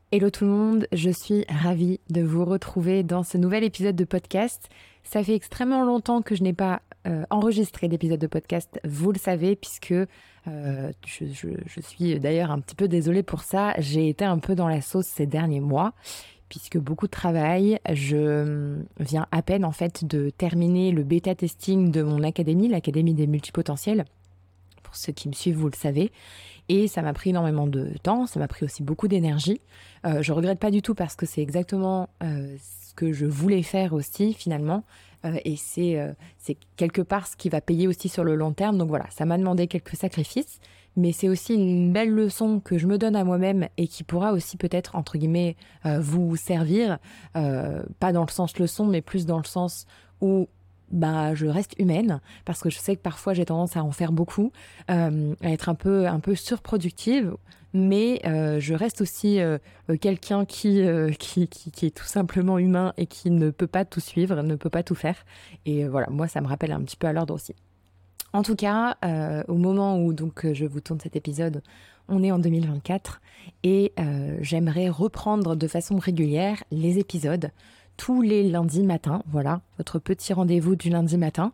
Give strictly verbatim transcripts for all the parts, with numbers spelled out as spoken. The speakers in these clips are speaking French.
Hello tout le monde, je suis ravie de vous retrouver dans ce nouvel épisode de podcast. Ça fait extrêmement longtemps que je n'ai pas euh, enregistré d'épisode de podcast, vous le savez, puisque euh, je, je, je suis d'ailleurs un petit peu désolée pour ça. J'ai été un peu dans la sauce ces derniers mois, puisque beaucoup de travail. Je viens à peine en fait de terminer le bêta testing de mon académie, l'Académie des multipotentiels. Pour ceux qui me suivent, vous le savez. Et ça m'a pris énormément de temps, ça m'a pris aussi beaucoup d'énergie. Euh, je regrette pas du tout parce que c'est exactement euh, ce que je voulais faire aussi finalement. Euh, et c'est, euh, c'est quelque part ce qui va payer aussi sur le long terme. Donc voilà, ça m'a demandé quelques sacrifices. Mais c'est aussi une belle leçon que je me donne à moi-même et qui pourra aussi peut-être, entre guillemets, euh, vous servir. Euh, pas dans le sens leçon, mais plus dans le sens où bah, je reste humaine parce que je sais que parfois j'ai tendance à en faire beaucoup, euh, à être un peu, un peu surproductive, mais euh, je reste aussi euh, quelqu'un qui, euh, qui, qui, qui est tout simplement humain et qui ne peut pas tout suivre, ne peut pas tout faire. Et euh, voilà, moi ça me rappelle un petit peu à l'ordre aussi. En tout cas, euh, au moment où donc je vous tourne cet épisode, on est en deux mille vingt-quatre et euh, j'aimerais reprendre de façon régulière les épisodes tous les lundis matins. Voilà, votre petit rendez-vous du lundi matin.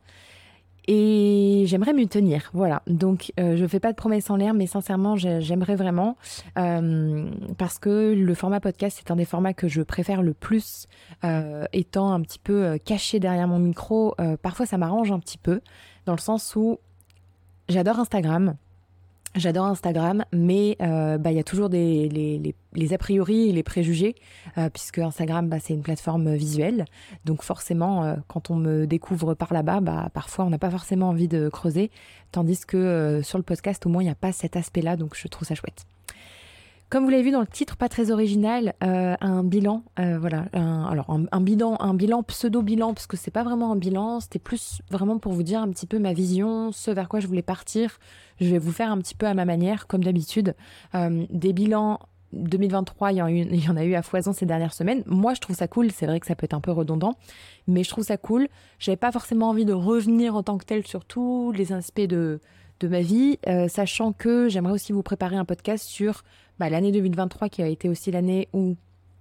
Et j'aimerais m'y tenir, voilà. Donc, euh, je fais pas de promesses en l'air, mais sincèrement, j'aimerais vraiment euh, parce que le format podcast, c'est un des formats que je préfère le plus, euh, étant un petit peu euh, caché derrière mon micro. Euh, parfois, ça m'arrange un petit peu, dans le sens où j'adore Instagram. J'adore Instagram, mais euh, bah, y a toujours des, les, les, les a priori et les préjugés, euh, puisque Instagram, bah, c'est une plateforme visuelle. Donc forcément, euh, quand on me découvre par là-bas, bah, parfois on n'a pas forcément envie de creuser, tandis que euh, sur le podcast, au moins, il n'y a pas cet aspect-là, donc je trouve ça chouette. Comme vous l'avez vu dans le titre, pas très original, euh, un bilan, euh, voilà, un, alors un, un bilan, un bilan pseudo-bilan, parce que c'est pas vraiment un bilan, c'était plus vraiment pour vous dire un petit peu ma vision, ce vers quoi je voulais partir. Je vais vous faire un petit peu à ma manière, comme d'habitude. Euh, des bilans deux mille vingt-trois, il y, en a eu, il y en a eu à foison ces dernières semaines. Moi, je trouve ça cool, c'est vrai que ça peut être un peu redondant, mais je trouve ça cool. J'avais pas forcément envie de revenir en tant que tel sur tous les aspects de, de ma vie, euh, sachant que j'aimerais aussi vous préparer un podcast sur bah, l'année deux mille vingt-trois qui a été aussi l'année où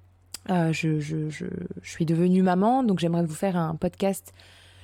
euh, je, je, je, je suis devenue maman. Donc j'aimerais vous faire un podcast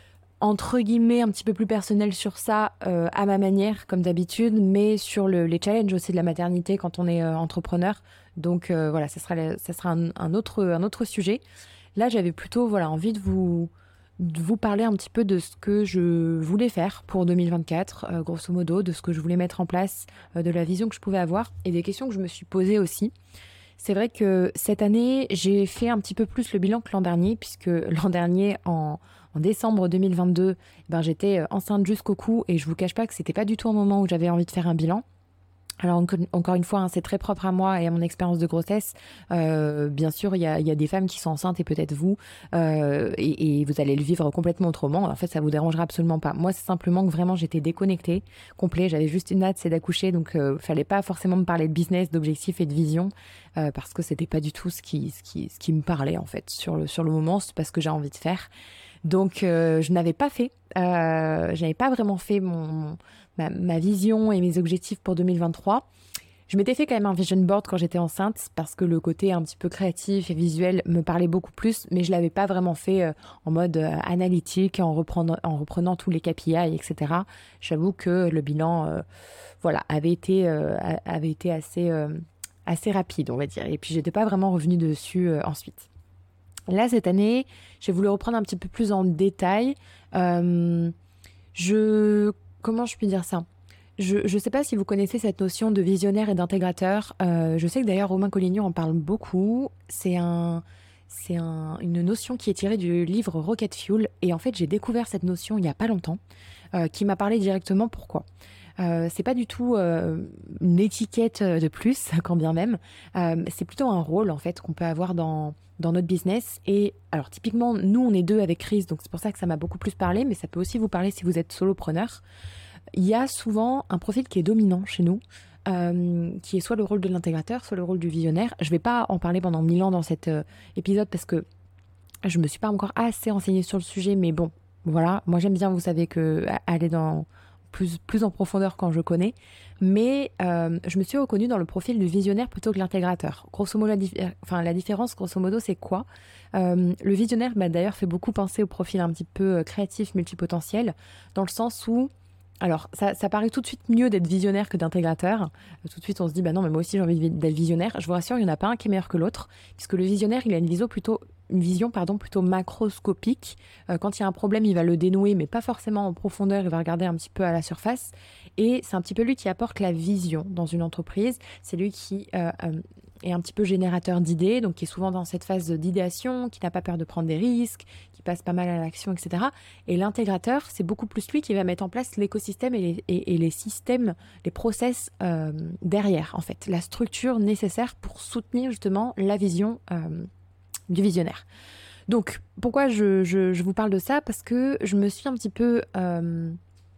entre guillemets un petit peu plus personnel sur ça, euh, à ma manière comme d'habitude, mais sur le, les challenges aussi de la maternité quand on est euh, entrepreneur. Donc euh, voilà, ça sera, ça sera un, un, autre, un autre sujet. Là j'avais plutôt voilà, envie de vous, de vous parler un petit peu de ce que je voulais faire pour deux mille vingt-quatre, euh, grosso modo, de ce que je voulais mettre en place, euh, de la vision que je pouvais avoir et des questions que je me suis posées aussi. C'est vrai que cette année, j'ai fait un petit peu plus le bilan que l'an dernier, puisque l'an dernier, en, en décembre deux mille vingt-deux, ben, j'étais enceinte jusqu'au cou et je vous cache pas que c'était pas du tout un moment où j'avais envie de faire un bilan. Alors encore une fois, hein, c'est très propre à moi et à mon expérience de grossesse. Euh, bien sûr, il y a, y a des femmes qui sont enceintes et peut-être vous, euh, et, et vous allez le vivre complètement autrement. En fait, ça vous dérangera absolument pas. Moi, c'est simplement que vraiment, j'étais déconnectée, complet. J'avais juste une hâte, c'est d'accoucher, donc euh, fallait pas forcément me parler de business, d'objectifs et de vision, euh, parce que c'était pas du tout ce qui, ce qui, ce qui me parlait en fait sur le sur le moment. C'est pas ce que j'ai envie de faire. Donc, euh, je n'avais pas fait, euh, je n'avais pas vraiment fait mon, ma, ma vision et mes objectifs pour deux mille vingt-trois. Je m'étais fait quand même un vision board quand j'étais enceinte parce que le côté un petit peu créatif et visuel me parlait beaucoup plus, mais je l'avais pas vraiment fait euh, en mode euh, analytique, en reprenant, en reprenant tous les K P I, et cetera. J'avoue que le bilan, euh, voilà, avait été, euh, avait été assez, euh, assez rapide, on va dire. Et puis, j'étais pas vraiment revenue dessus euh, ensuite. Là, cette année, j'ai voulu reprendre un petit peu plus en détail. Euh, je... Comment je puis dire ça ? Je ne sais pas si vous connaissez cette notion de visionnaire et d'intégrateur. Euh, je sais que d'ailleurs Romain Collignon en parle beaucoup. C'est un, c'est un, une notion qui est tirée du livre Rocket Fuel. Et en fait, j'ai découvert cette notion il n'y a pas longtemps, euh, qui m'a parlé directement. Pourquoi ? Euh, c'est pas du tout euh, une étiquette de plus, quand bien même. Euh, c'est plutôt un rôle en fait qu'on peut avoir dans dans notre business. Et alors typiquement, nous on est deux avec Chris, donc c'est pour ça que ça m'a beaucoup plus parlé, mais ça peut aussi vous parler si vous êtes solopreneur. Il y a souvent un profil qui est dominant chez nous, euh, qui est soit le rôle de l'intégrateur, soit le rôle du visionnaire. Je vais pas en parler pendant mille ans dans cet euh, épisode parce que je me suis pas encore assez renseignée sur le sujet, mais bon, voilà. Moi j'aime bien, vous savez, que aller dans plus, plus en profondeur quand je connais. Mais euh, je me suis reconnue dans le profil du visionnaire plutôt que l'intégrateur. Grosso modo, la, dif- enfin, la différence, grosso modo, c'est quoi ? euh, Le visionnaire, bah, d'ailleurs, fait beaucoup penser au profil un petit peu créatif, multipotentiel, dans le sens où alors, ça, ça paraît tout de suite mieux d'être visionnaire que d'intégrateur. Euh, tout de suite, on se dit, bah non, mais moi aussi j'ai envie d'être visionnaire. Je vous rassure, il n'y en a pas un qui est meilleur que l'autre, puisque le visionnaire, il a une vision plutôt, une vision, pardon, plutôt macroscopique. Euh, quand il y a un problème, il va le dénouer, mais pas forcément en profondeur, il va regarder un petit peu à la surface. Et c'est un petit peu lui qui apporte la vision dans une entreprise. C'est lui qui euh, euh, est un petit peu générateur d'idées, donc qui est souvent dans cette phase d'idéation, qui n'a pas peur de prendre des risques, qui passe pas mal à l'action, et cetera. Et l'intégrateur, c'est beaucoup plus lui qui va mettre en place l'écosystème et les, et, et les systèmes, les process euh, derrière, en fait, la structure nécessaire pour soutenir justement la vision euh, du visionnaire. Donc, pourquoi je, je, je vous parle de ça ? Parce que je me suis un petit peu euh,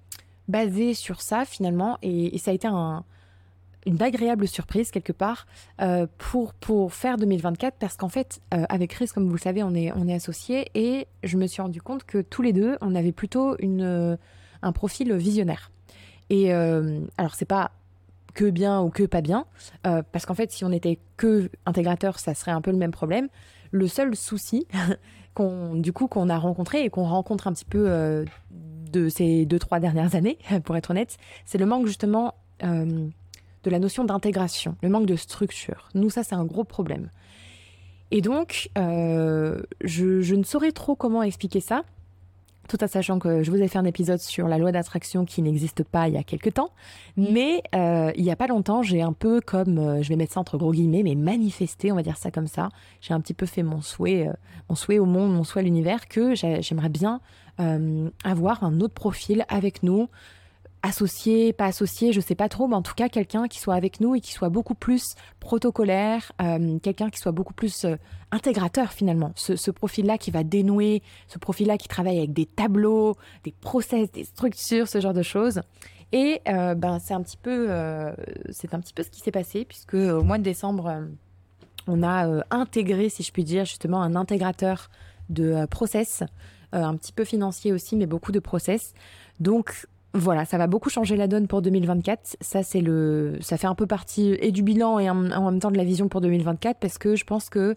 basée sur ça, finalement, et, et ça a été un... une agréable surprise quelque part euh, pour, pour faire deux mille vingt-quatre parce qu'en fait euh, avec Chris, comme vous le savez, on est, on est associés et je me suis rendu compte que tous les deux on avait plutôt une, euh, un profil visionnaire et euh, alors c'est pas que bien ou que pas bien euh, parce qu'en fait si on était que intégrateur ça serait un peu le même problème. Le seul souci qu'on, du coup qu'on a rencontré et qu'on rencontre un petit peu euh, de ces deux trois dernières années pour être honnête, c'est le manque justement euh, de la notion d'intégration, le manque de structure. Nous, ça, c'est un gros problème. Et donc, euh, je, je ne saurais trop comment expliquer ça, tout en sachant que je vous ai fait un épisode sur la loi d'attraction qui n'existe pas il y a quelques temps. Mais euh, il n'y a pas longtemps, j'ai un peu comme, euh, je vais mettre ça entre gros guillemets, mais manifesté, on va dire ça comme ça. J'ai un petit peu fait mon souhait, euh, mon souhait au monde, mon souhait à l'univers, que j'aimerais bien euh, avoir un autre profil avec nous, associé, pas associé, je sais pas trop, mais en tout cas quelqu'un qui soit avec nous et qui soit beaucoup plus protocolaire, euh, quelqu'un qui soit beaucoup plus euh, intégrateur finalement. Ce, ce profil-là qui va dénouer, ce profil-là qui travaille avec des tableaux, des process, des structures, ce genre de choses. Et euh, ben c'est un petit peu, euh, c'est un petit peu ce qui s'est passé puisque au mois de décembre, euh, on a euh, intégré, si je puis dire, justement un intégrateur de euh, process, euh, un petit peu financier aussi, mais beaucoup de process. Donc voilà, ça va beaucoup changer la donne pour deux mille vingt-quatre. Ça, c'est le, ça fait un peu partie et du bilan et en, en même temps de la vision pour deux mille vingt-quatre parce que je pense que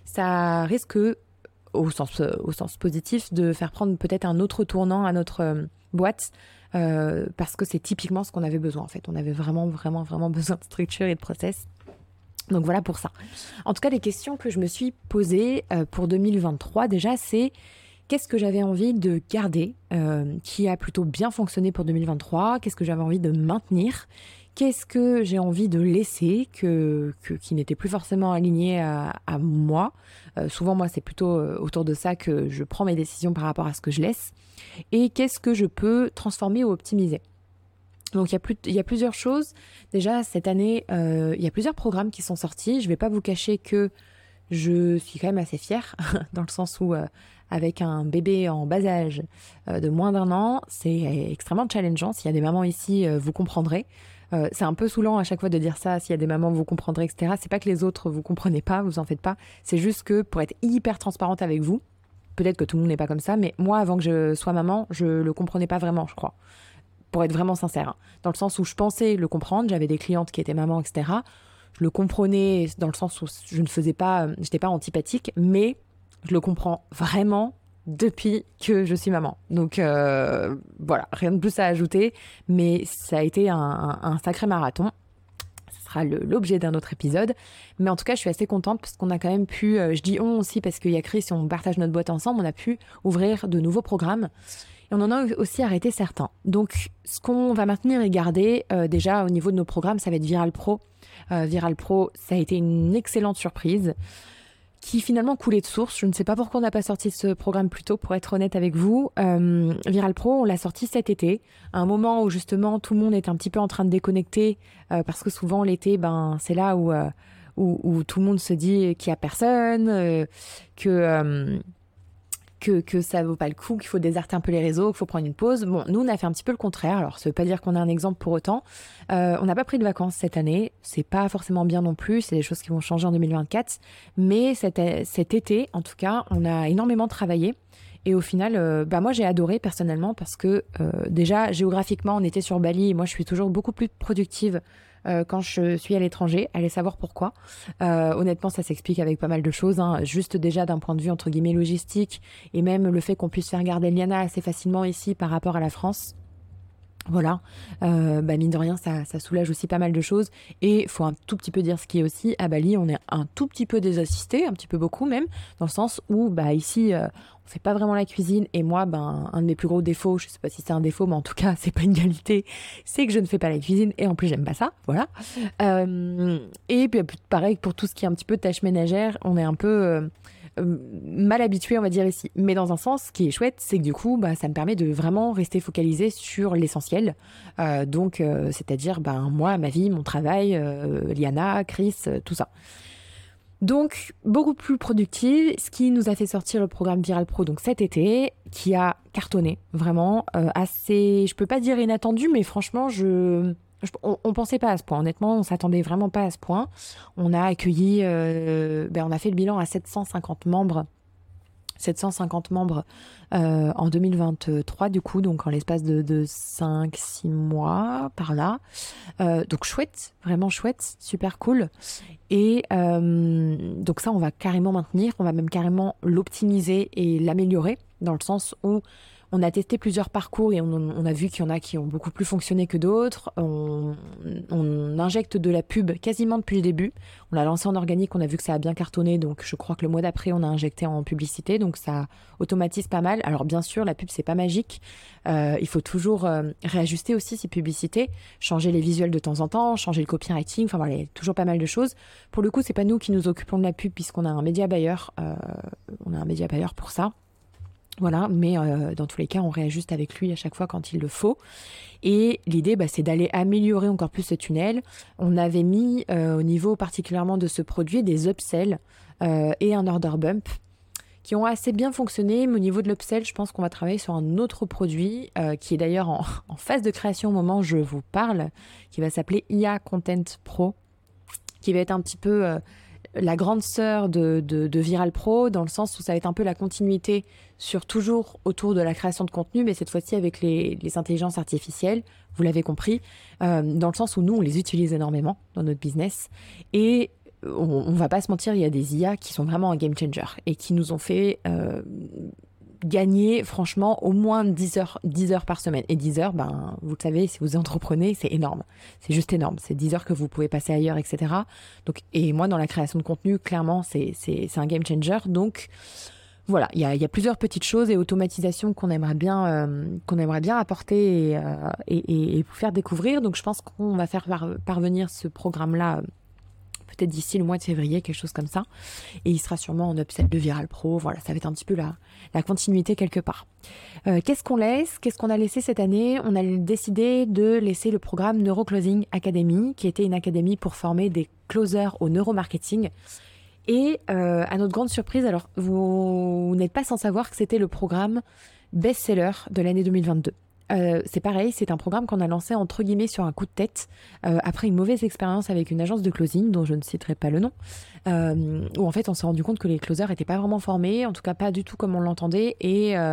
ça risque, au sens, au sens positif, de faire prendre peut-être un autre tournant à notre euh, boîte euh, parce que c'est typiquement ce qu'on avait besoin en fait. On avait vraiment, vraiment, vraiment besoin de structure et de process. Donc voilà pour ça. En tout cas, les questions que je me suis posées euh, pour deux mille vingt-trois, déjà, c'est qu'est-ce que j'avais envie de garder, euh, qui a plutôt bien fonctionné pour deux mille vingt-trois? Qu'est-ce que j'avais envie de maintenir? Qu'est-ce que j'ai envie de laisser, que, que, qui n'était plus forcément aligné à, à moi? euh, Souvent, moi, c'est plutôt euh, autour de ça que je prends mes décisions par rapport à ce que je laisse. Et qu'est-ce que je peux transformer ou optimiser? Donc, il y a plus, il y a plusieurs choses. Déjà, cette année, euh, il y a plusieurs programmes qui sont sortis. Je ne vais pas vous cacher que je suis quand même assez fière, dans le sens où, euh, avec un bébé en bas âge euh, de moins d'un an, c'est extrêmement challengeant. S'il y a des mamans ici, euh, vous comprendrez. Euh, c'est un peu saoulant à chaque fois de dire ça, s'il y a des mamans, vous comprendrez, et cetera. C'est pas que les autres, vous comprenez pas, vous en faites pas. C'est juste que, pour être hyper transparente avec vous, peut-être que tout le monde n'est pas comme ça, mais moi, avant que je sois maman, je le comprenais pas vraiment, je crois. Pour être vraiment sincère. Hein. Dans le sens où je pensais le comprendre, j'avais des clientes qui étaient mamans, et cetera. Je le comprenais dans le sens où je ne faisais pas, j'étais pas antipathique, mais je le comprends vraiment depuis que je suis maman. Donc euh, voilà, rien de plus à ajouter, mais ça a été un, un, un sacré marathon. Ce sera le, l'objet d'un autre épisode. Mais en tout cas, je suis assez contente parce qu'on a quand même pu, euh, je dis on aussi parce qu'il y a Chris et on partage notre boîte ensemble, on a pu ouvrir de nouveaux programmes. Et on en a aussi arrêté certains. Donc, ce qu'on va maintenir et garder, euh, déjà au niveau de nos programmes, ça va être Viral Pro. Euh, Viral Pro, ça a été une excellente surprise qui finalement coulait de source. Je ne sais pas pourquoi on n'a pas sorti ce programme plus tôt, pour être honnête avec vous. Euh, Viral Pro, on l'a sorti cet été, à un moment où justement tout le monde est un petit peu en train de déconnecter, euh, parce que souvent l'été, ben, c'est là où, euh, où, où tout le monde se dit qu'il n'y a personne, euh, que... Euh, Que, que ça vaut pas le coup, qu'il faut déserter un peu les réseaux, qu'il faut prendre une pause. Bon, nous, on a fait un petit peu le contraire. Alors, ça veut pas dire qu'on a un exemple pour autant. Euh, on n'a pas pris de vacances cette année. C'est pas forcément bien non plus. C'est des choses qui vont changer en deux mille vingt-quatre. Mais cet, cet été, en tout cas, on a énormément travaillé. Et au final, euh, bah moi j'ai adoré personnellement parce que euh, déjà géographiquement on était sur Bali et moi je suis toujours beaucoup plus productive euh, quand je suis à l'étranger. Allez savoir pourquoi. Euh, honnêtement ça s'explique avec pas mal de choses, hein. Juste déjà d'un point de vue entre guillemets logistique et même le fait qu'on puisse faire garder Liana assez facilement ici par rapport à la France. Voilà, euh, bah mine de rien, ça, ça soulage aussi pas mal de choses. Et faut un tout petit peu dire ce qui est aussi, à Bali, on est un tout petit peu désassisté, un petit peu beaucoup même, dans le sens où bah ici, euh, on fait pas vraiment la cuisine. Et moi, ben, un de mes plus gros défauts, je sais pas si c'est un défaut, mais en tout cas, c'est pas une qualité, c'est que je ne fais pas la cuisine. Et en plus, j'aime pas ça, voilà. Euh, et puis, pareil, pour tout ce qui est un petit peu tâches ménagères, on est un peu... euh, mal habitué, on va dire ici. Mais dans un sens, ce qui est chouette, c'est que du coup, bah, ça me permet de vraiment rester focalisé sur l'essentiel. Euh, donc, euh, c'est-à-dire, ben, moi, ma vie, mon travail, euh, Liana, Chris, euh, tout ça. Donc, beaucoup plus productive, ce qui nous a fait sortir le programme Viral Pro donc cet été, qui a cartonné, vraiment, euh, assez, je peux pas dire inattendu, mais franchement, je... On, on pensait pas à ce point, honnêtement, on s'attendait vraiment pas à ce point. On a accueilli, euh, ben on a fait le bilan à sept cent cinquante membres, sept cent cinquante membres euh, en deux mille vingt-trois du coup, donc en l'espace de, de cinq six mois par là. Euh, donc chouette, vraiment chouette, super cool. Et euh, donc ça, on va carrément maintenir, on va même carrément l'optimiser et l'améliorer dans le sens où on a testé plusieurs parcours et on, on a vu qu'il y en a qui ont beaucoup plus fonctionné que d'autres. On, on injecte de la pub quasiment depuis le début. On l'a lancé en organique, on a vu que ça a bien cartonné. Donc je crois que le mois d'après, on a injecté en publicité. Donc ça automatise pas mal. Alors bien sûr, la pub, c'est pas magique. Euh, il faut toujours euh, réajuster aussi ces publicités, changer les visuels de temps en temps, changer le copywriting. Enfin voilà, il y a toujours pas mal de choses. Pour le coup, c'est pas nous qui nous occupons de la pub puisqu'on a un média buyer. Euh, on a un média buyer pour ça. Voilà, mais euh, dans tous les cas, on réajuste avec lui à chaque fois quand il le faut. Et l'idée, bah, c'est d'aller améliorer encore plus ce tunnel. On avait mis euh, au niveau particulièrement de ce produit des upsells euh, et un order bump qui ont assez bien fonctionné. Mais au niveau de l'upsell, je pense qu'on va travailler sur un autre produit euh, qui est d'ailleurs en, en phase de création au moment où je vous parle, qui va s'appeler I A Content Pro, qui va être un petit peu... Euh, la grande sœur de, de, de Viral Pro, dans le sens où ça va être un peu la continuité sur toujours autour de la création de contenu, mais cette fois-ci avec les, les intelligences artificielles, vous l'avez compris, euh, dans le sens où nous, on les utilise énormément dans notre business. Et on, on va pas se mentir, il y a des I A qui sont vraiment un game changer et qui nous ont fait... Euh, gagner franchement au moins dix heures, dix heures par semaine. Et dix heures, ben, vous le savez, si vous entreprenez, c'est énorme. C'est juste énorme. C'est dix heures que vous pouvez passer ailleurs, et cetera. Donc, et moi, dans la création de contenu, clairement, c'est, c'est, c'est un game changer. Donc, voilà, il y a, y a plusieurs petites choses et automatisations qu'on aimerait bien, euh, qu'on aimerait bien apporter et, euh, et, et, et vous faire découvrir. Donc, je pense qu'on va faire par, parvenir ce programme-là peut-être d'ici le mois de février, quelque chose comme ça. Et il sera sûrement en upsell de Viral Pro. Voilà, ça va être un petit peu la, la continuité quelque part. Euh, qu'est-ce qu'on laisse? Qu'est-ce qu'on a laissé cette année? On a décidé de laisser le programme Neuroclosing Academy, qui était une académie pour former des closers au neuromarketing. Et euh, à notre grande surprise, alors vous, vous n'êtes pas sans savoir que c'était le programme best-seller de l'année deux mille vingt-deux. Euh, c'est pareil, c'est un programme qu'on a lancé entre guillemets sur un coup de tête euh, après une mauvaise expérience avec une agence de closing dont je ne citerai pas le nom, euh, où en fait on s'est rendu compte que les closers n'étaient pas vraiment formés, en tout cas pas du tout comme on l'entendait, et, euh,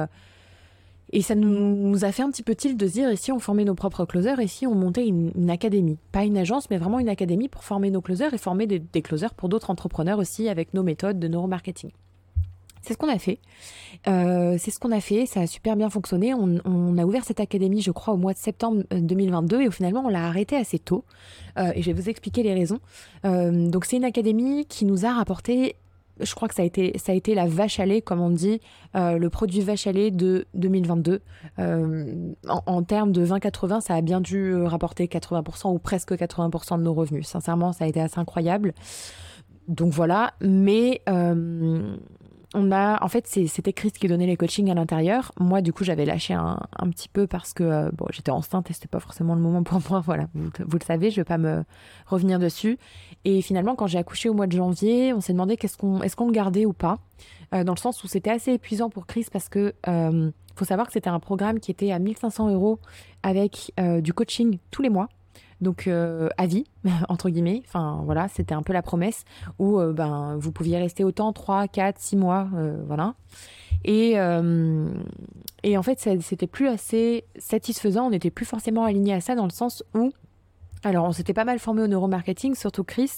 et ça nous, nous a fait un petit peu tilt de se dire, et si on formait nos propres closers, et si on montait une, une académie, pas une agence mais vraiment une académie pour former nos closers et former des, des closers pour d'autres entrepreneurs aussi avec nos méthodes de neuromarketing. C'est ce qu'on a fait. Euh, c'est ce qu'on a fait. Ça a super bien fonctionné. On, on a ouvert cette académie, je crois, au mois de septembre deux mille vingt-deux et au finalement, on l'a arrêté assez tôt. Euh, et je vais vous expliquer les raisons. Euh, donc, c'est une académie qui nous a rapporté, je crois que ça a été, ça a été la vache à lait, comme on dit, euh, le produit vache à lait de deux mille vingt-deux. Euh, en, en termes de vingt quatre-vingts, ça a bien dû rapporter quatre-vingts pour cent ou presque quatre-vingts pour cent de nos revenus. Sincèrement, ça a été assez incroyable. Donc voilà, mais... Euh, On a, en fait, c'est, c'était Chris qui donnait les coachings à l'intérieur. Moi, du coup, j'avais lâché un, un petit peu parce que euh, bon, j'étais enceinte et c'était pas forcément le moment pour moi. Voilà, vous, vous le savez, je vais pas me revenir dessus. Et finalement, quand j'ai accouché au mois de janvier, on s'est demandé qu'est-ce qu'on, est-ce qu'on le gardait ou pas, euh, dans le sens où c'était assez épuisant pour Chris parce que euh, faut savoir que c'était un programme qui était à mille cinq cents euros avec euh, du coaching tous les mois. Donc euh, à vie, entre guillemets, enfin voilà, c'était un peu la promesse où euh, ben, vous pouviez rester autant, trois, quatre, six mois, euh, voilà. Et, euh, et en fait, ça, c'était plus assez satisfaisant. On n'était plus forcément alignés à ça dans le sens où, alors on s'était pas mal formé au neuromarketing, surtout Chris,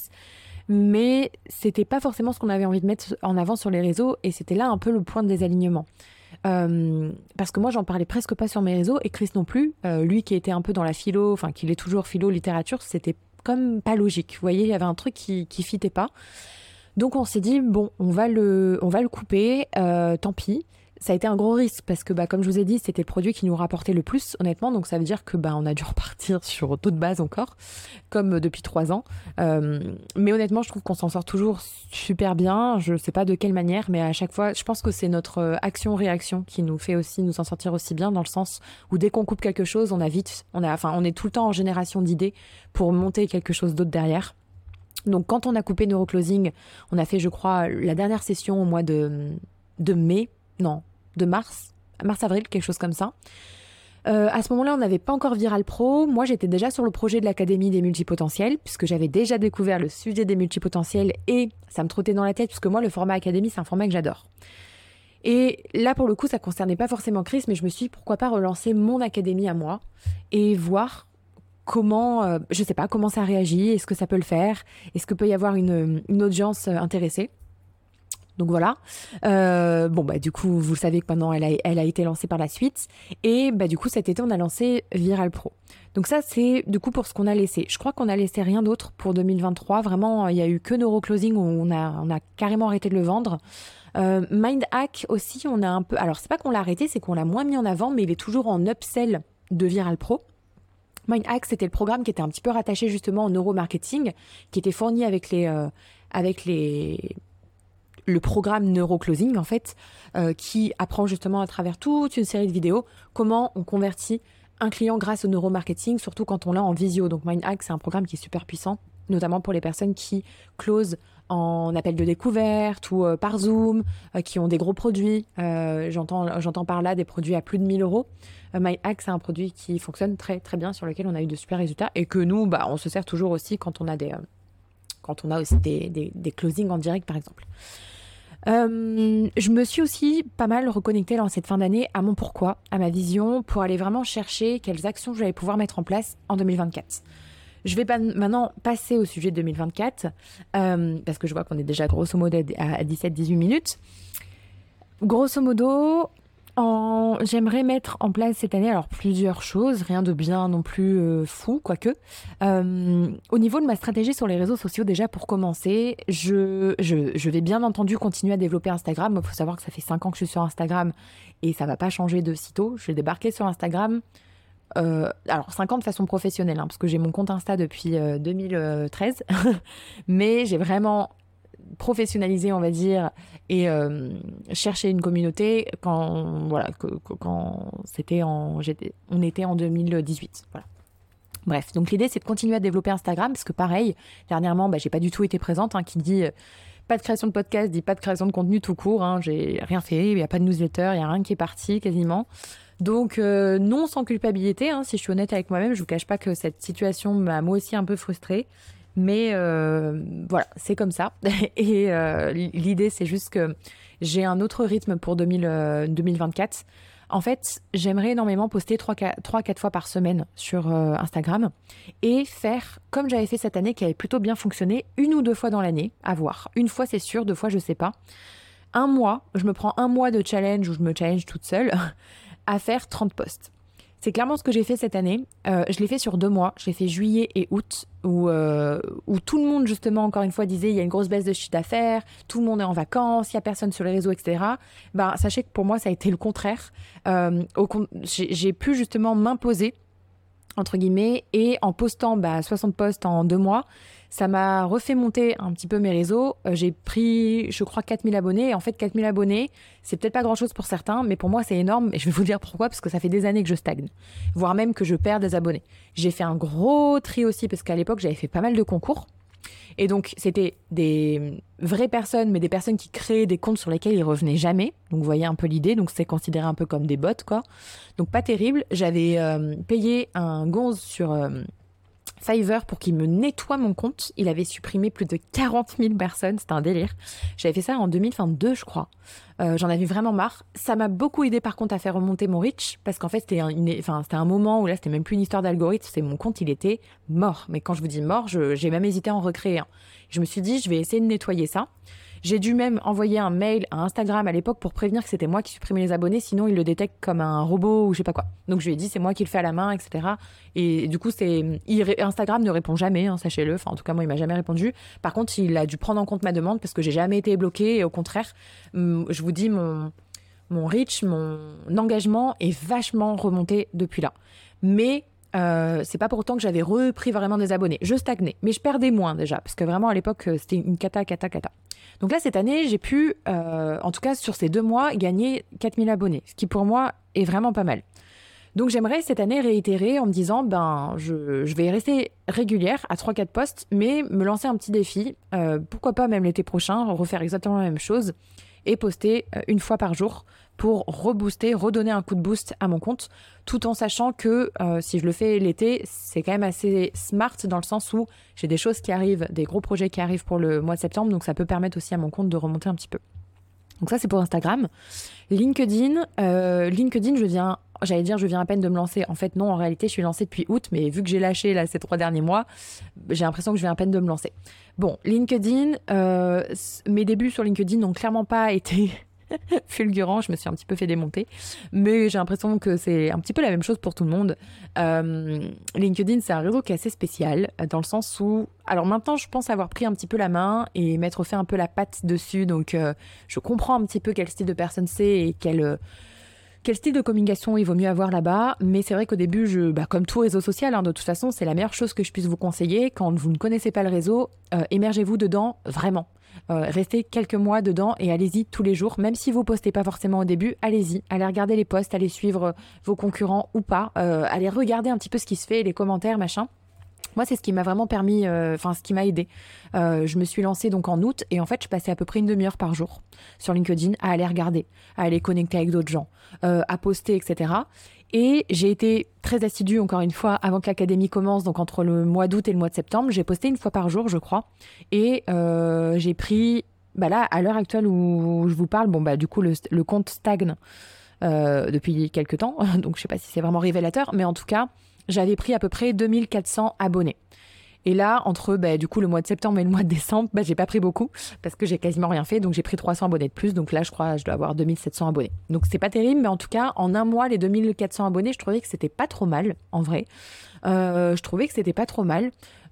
mais c'était pas forcément ce qu'on avait envie de mettre en avant sur les réseaux, et c'était là un peu le point de désalignement. Euh, parce que moi j'en parlais presque pas sur mes réseaux, et Chris non plus. Euh, lui qui était un peu dans la philo, enfin qui est toujours philo littérature, c'était comme pas logique. Vous voyez, il y avait un truc qui qui fitait pas. Donc on s'est dit bon, on va le on va le couper, euh, tant pis. Ça a été un gros risque parce que bah comme je vous ai dit, c'était le produit qui nous rapportait le plus honnêtement, donc ça veut dire que bah on a dû repartir sur d'autres bases encore, comme depuis trois ans. Euh, mais honnêtement, je trouve qu'on s'en sort toujours super bien. Je sais pas de quelle manière, mais à chaque fois, je pense que c'est notre action-réaction qui nous fait aussi nous en sortir aussi bien, dans le sens où dès qu'on coupe quelque chose, on a vite, on a, enfin on est tout le temps en génération d'idées pour monter quelque chose d'autre derrière. Donc quand on a coupé Neuroclosing, on a fait je crois la dernière session au mois de, de mai, non, de mars, mars-avril, quelque chose comme ça. Euh, à ce moment-là, on n'avait pas encore Viral Pro. Moi, j'étais déjà sur le projet de l'Académie des multipotentiels, puisque j'avais déjà découvert le sujet des multipotentiels et ça me trottait dans la tête, puisque moi, le format Académie, c'est un format que j'adore. Et là, pour le coup, ça concernait pas forcément Chris, mais je me suis dit, pourquoi pas relancer mon Académie à moi et voir comment, euh, je sais pas, comment ça réagit, est-ce que ça peut le faire, est-ce que peut y avoir une, une audience intéressée. Donc voilà. Euh, bon bah du coup vous savez que maintenant elle a, elle a été lancée par la suite, et bah du coup cet été on a lancé Viral Pro. Donc ça c'est du coup pour ce qu'on a laissé. Je crois qu'on a laissé rien d'autre pour deux mille vingt-trois. Vraiment il y a eu que Neuroclosing où on a on a carrément arrêté de le vendre. Euh, Mindhack aussi on a un peu. Alors c'est pas qu'on l'a arrêté, c'est qu'on l'a moins mis en avant, mais il est toujours en upsell de Viral Pro. Mindhack, c'était le programme qui était un petit peu rattaché justement au neuromarketing, qui était fourni avec les euh, avec les le programme Neuroclosing en fait, euh, qui apprend justement à travers toute une série de vidéos comment on convertit un client grâce au neuromarketing, surtout quand on l'a en visio. Donc Mindhack, c'est un programme qui est super puissant, notamment pour les personnes qui closent en appel de découverte ou euh, par Zoom, euh, qui ont des gros produits. Euh, j'entends, j'entends par là des produits à plus de mille euros. Euh, Mindhack, c'est un produit qui fonctionne très très bien, sur lequel on a eu de super résultats et que nous, bah, on se sert toujours aussi quand on a des, euh, quand on a aussi des, des, des closings en direct par exemple. Euh, je me suis aussi pas mal reconnectée dans cette fin d'année à mon pourquoi, à ma vision, pour aller vraiment chercher quelles actions je vais pouvoir mettre en place en deux mille vingt-quatre. Je vais pas maintenant passer au sujet de deux mille vingt-quatre, euh, parce que je vois qu'on est déjà grosso modo à dix-sept dix-huit minutes. Grosso modo, en... j'aimerais mettre en place cette année alors plusieurs choses, rien de bien non plus euh, fou, quoique. Euh, au niveau de ma stratégie sur les réseaux sociaux, déjà pour commencer, je, je, je vais bien entendu continuer à développer Instagram. Il faut savoir que ça fait cinq ans que je suis sur Instagram et ça va pas changer de sitôt. Je vais débarquer sur Instagram. Euh, alors cinq ans de façon professionnelle, hein, parce que j'ai mon compte Insta depuis euh, deux mille treize, mais j'ai vraiment professionnalisé, on va dire, et euh, chercher une communauté quand voilà que, que, quand c'était en j'étais, on était en deux mille dix-huit, voilà. Bref, donc l'idée c'est de continuer à développer Instagram, parce que pareil, dernièrement, bah, j'ai pas du tout été présente, hein, qui dit euh, pas de création de podcast, dit pas de création de contenu tout court, hein, j'ai rien fait, il y a pas de newsletter, il y a rien qui est parti quasiment. Donc euh, non, sans culpabilité, hein, si je suis honnête avec moi-même, je vous cache pas que cette situation m'a moi aussi un peu frustrée, mais euh, voilà, c'est comme ça. Et euh, l'idée c'est juste que j'ai un autre rythme pour deux mille, euh, deux mille vingt-quatre. En fait, j'aimerais énormément poster trois à quatre fois par semaine sur euh, Instagram et faire comme j'avais fait cette année, qui avait plutôt bien fonctionné, une ou deux fois dans l'année, à voir. Une fois c'est sûr, deux fois je sais pas. Un mois, je me prends un mois de challenge où je me challenge toute seule à faire trente posts. C'est clairement ce que j'ai fait cette année. Euh, je l'ai fait sur deux mois. J'ai fait juillet et août, où, euh, où tout le monde, justement, encore une fois, disait il y a une grosse baisse de chiffre d'affaires, tout le monde est en vacances, il n'y a personne sur les réseaux, et cetera. Ben, sachez que pour moi, ça a été le contraire. Euh, au, j'ai, j'ai pu justement m'imposer, entre guillemets, et en postant bah, soixante posts en deux mois, ça m'a refait monter un petit peu mes réseaux. Euh, j'ai pris, je crois, quatre mille abonnés. Et en fait, quatre mille abonnés, c'est peut-être pas grand-chose pour certains, mais pour moi, c'est énorme. Et je vais vous dire pourquoi, parce que ça fait des années que je stagne, voire même que je perds des abonnés. J'ai fait un gros tri aussi, parce qu'à l'époque, j'avais fait pas mal de concours. Et donc, c'était des vraies personnes, mais des personnes qui créaient des comptes sur lesquels ils revenaient jamais. Donc, vous voyez un peu l'idée. Donc, c'est considéré un peu comme des bots, quoi. Donc, pas terrible. J'avais euh, payé un gonze sur... Euh, Fiverr pour qu'il me nettoie mon compte. Il avait supprimé plus de quarante mille personnes. C'était un délire. J'avais fait ça en deux mille vingt-deux, je crois. Euh, j'en avais vraiment marre. Ça m'a beaucoup aidé par contre à faire remonter mon reach parce qu'en fait c'était un, une, enfin, c'était un moment où là c'était même plus une histoire d'algorithme, c'est mon compte il était mort. Mais quand je vous dis mort, je, j'ai même hésité à en recréer un. Je me suis dit je vais essayer de nettoyer ça. J'ai dû même envoyer un mail à Instagram à l'époque pour prévenir que c'était moi qui supprimais les abonnés, sinon il le détecte comme un robot ou je sais pas quoi. Donc je lui ai dit c'est moi qui le fais à la main, et cetera. Et du coup c'est il, Instagram ne répond jamais, hein, sachez-le. Enfin en tout cas moi il m'a jamais répondu. Par contre il a dû prendre en compte ma demande parce que j'ai jamais été bloquée et au contraire je vous dis mon mon reach, mon engagement est vachement remonté depuis là. Mais Euh, c'est pas pour autant que j'avais repris vraiment des abonnés. Je stagnais, mais je perdais moins déjà, parce que vraiment à l'époque c'était une cata, cata, cata. Donc là cette année j'ai pu, euh, en tout cas sur ces deux mois, gagner quatre mille abonnés, ce qui pour moi est vraiment pas mal. Donc j'aimerais cette année réitérer en me disant ben je, je vais rester régulière à trois quatre posts, mais me lancer un petit défi, euh, pourquoi pas même l'été prochain, refaire exactement la même chose et poster une fois par jour pour rebooster, redonner un coup de boost à mon compte, tout en sachant que euh, si je le fais l'été, c'est quand même assez smart dans le sens où j'ai des choses qui arrivent, des gros projets qui arrivent pour le mois de septembre, donc ça peut permettre aussi à mon compte de remonter un petit peu. Donc ça, c'est pour Instagram. LinkedIn, euh, LinkedIn, je viens, j'allais dire, je viens à peine de me lancer. En fait, non, en réalité, je suis lancée depuis août, mais vu que j'ai lâché là ces trois derniers mois, j'ai l'impression que je viens à peine de me lancer. Bon, LinkedIn, euh, mes débuts sur LinkedIn n'ont clairement pas été fulgurants. Je me suis un petit peu fait démonter, mais j'ai l'impression que c'est un petit peu la même chose pour tout le monde. Euh, LinkedIn, c'est un réseau qui est assez spécial dans le sens où, alors maintenant, je pense avoir pris un petit peu la main et m'être fait un peu la patte dessus. Donc, euh, je comprends un petit peu quel style de personne c'est et quel euh, quel style de communication il vaut mieux avoir là-bas. Mais c'est vrai qu'au début, je, bah, comme tout réseau social, hein, de toute façon, c'est la meilleure chose que je puisse vous conseiller. Quand vous ne connaissez pas le réseau, euh, émergez-vous dedans vraiment. Euh, restez quelques mois dedans et allez-y tous les jours. Même si vous postez pas forcément au début, allez-y. Allez regarder les posts, allez suivre vos concurrents ou pas. Euh, allez regarder un petit peu ce qui se fait, les commentaires, machin. Moi, c'est ce qui m'a vraiment permis, enfin, euh, ce qui m'a aidé. Euh, je me suis lancée donc en août et en fait, je passais à peu près une demi-heure par jour sur LinkedIn à aller regarder, à aller connecter avec d'autres gens, euh, à poster, et cetera. Et j'ai été très assidue, encore une fois, avant que l'académie commence, donc entre le mois d'août et le mois de septembre. J'ai posté une fois par jour, je crois. Et euh, j'ai pris, bah là, à l'heure actuelle où je vous parle, bon, bah, du coup, le, le compte stagne euh, depuis quelques temps. Donc, je sais pas si c'est vraiment révélateur, mais en tout cas, j'avais pris à peu près deux mille quatre cents abonnés. Et là, entre bah, du coup le mois de septembre et le mois de décembre, bah, j'ai pas pris beaucoup parce que j'ai quasiment rien fait. Donc j'ai pris trois cents abonnés de plus. Donc là, je crois je dois avoir deux mille sept cents abonnés. Donc c'est pas terrible, mais en tout cas, en un mois, les deux mille quatre cents abonnés, je trouvais que c'était pas trop mal, en vrai. Euh, je trouvais que c'était pas trop mal.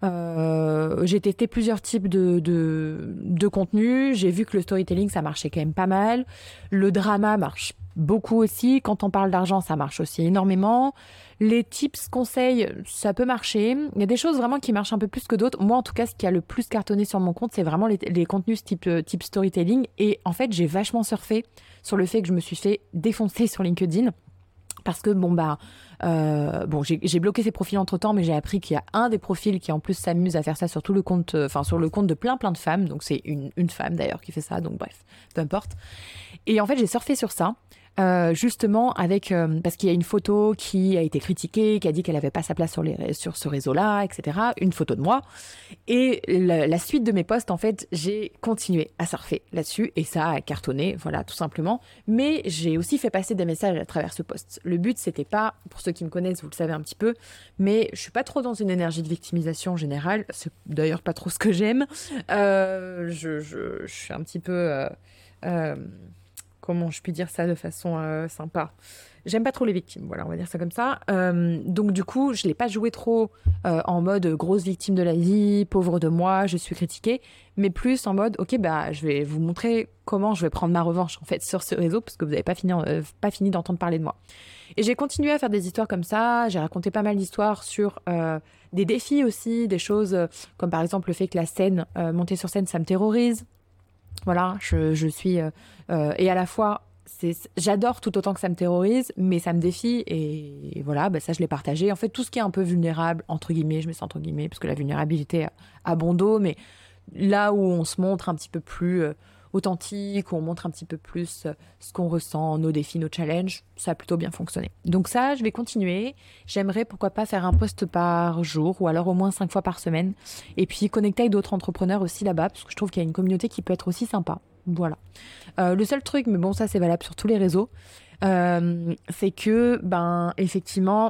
Euh, j'ai testé plusieurs types de, de, de contenus. J'ai vu que le storytelling, ça marchait quand même pas mal. Le drama marche beaucoup aussi. Quand on parle d'argent, ça marche aussi énormément. Les tips, conseils, ça peut marcher. Il y a des choses vraiment qui marchent un peu plus que d'autres. Moi, en tout cas, ce qui a le plus cartonné sur mon compte, c'est vraiment les, les contenus type, type storytelling. Et en fait, j'ai vachement surfé sur le fait que je me suis fait défoncer sur LinkedIn. Parce que, bon, bah, euh, bon, j'ai, j'ai bloqué ces profils entre temps, mais j'ai appris qu'il y a un des profils qui, en plus, s'amuse à faire ça sur tout le compte, enfin, euh, sur le compte de plein, plein de femmes. Donc, c'est une, une femme, d'ailleurs, qui fait ça. Donc, bref, peu importe. Et en fait, j'ai surfé sur ça. Euh, justement avec euh, parce qu'il y a une photo qui a été critiquée, qui a dit qu'elle avait pas sa place sur les sur ce réseau-là, et cetera. Une photo de moi et la, la suite de mes posts, en fait, j'ai continué à surfer là-dessus et ça a cartonné, voilà, tout simplement. Mais j'ai aussi fait passer des messages à travers ce post. Le but, c'était pas, pour ceux qui me connaissent, vous le savez un petit peu, mais je suis pas trop dans une énergie de victimisation générale. C'est d'ailleurs pas trop ce que j'aime. Euh, je, je, je suis un petit peu euh, euh, comment je puis dire ça de façon euh, sympa. J'aime pas trop les victimes, voilà, on va dire ça comme ça. Euh, donc du coup, je l'ai pas joué trop euh, en mode grosse victime de la vie, pauvre de moi, je suis critiquée, mais plus en mode, ok, bah je vais vous montrer comment je vais prendre ma revanche en fait sur ce réseau parce que vous n'avez pas fini, euh, pas fini d'entendre parler de moi. Et j'ai continué à faire des histoires comme ça. J'ai raconté pas mal d'histoires sur euh, des défis aussi, des choses euh, comme par exemple le fait que la scène, euh, monter sur scène, ça me terrorise. Voilà, je, je suis... Euh, euh, et à la fois, c'est, j'adore tout autant que ça me terrorise, mais ça me défie. Et, et voilà, bah ça, je l'ai partagé. En fait, tout ce qui est un peu vulnérable, entre guillemets, je mets ça entre guillemets, parce que la vulnérabilité a, a bon dos, mais là où on se montre un petit peu plus... Euh, authentique, où on montre un petit peu plus ce qu'on ressent, nos défis, nos challenges. Ça a plutôt bien fonctionné. Donc ça, je vais continuer. J'aimerais pourquoi pas faire un post par jour ou alors au moins cinq fois par semaine. Et puis connecter avec d'autres entrepreneurs aussi là-bas, parce que je trouve qu'il y a une communauté qui peut être aussi sympa. Voilà. Euh, le seul truc, mais bon, ça c'est valable sur tous les réseaux, euh, c'est que, ben, effectivement,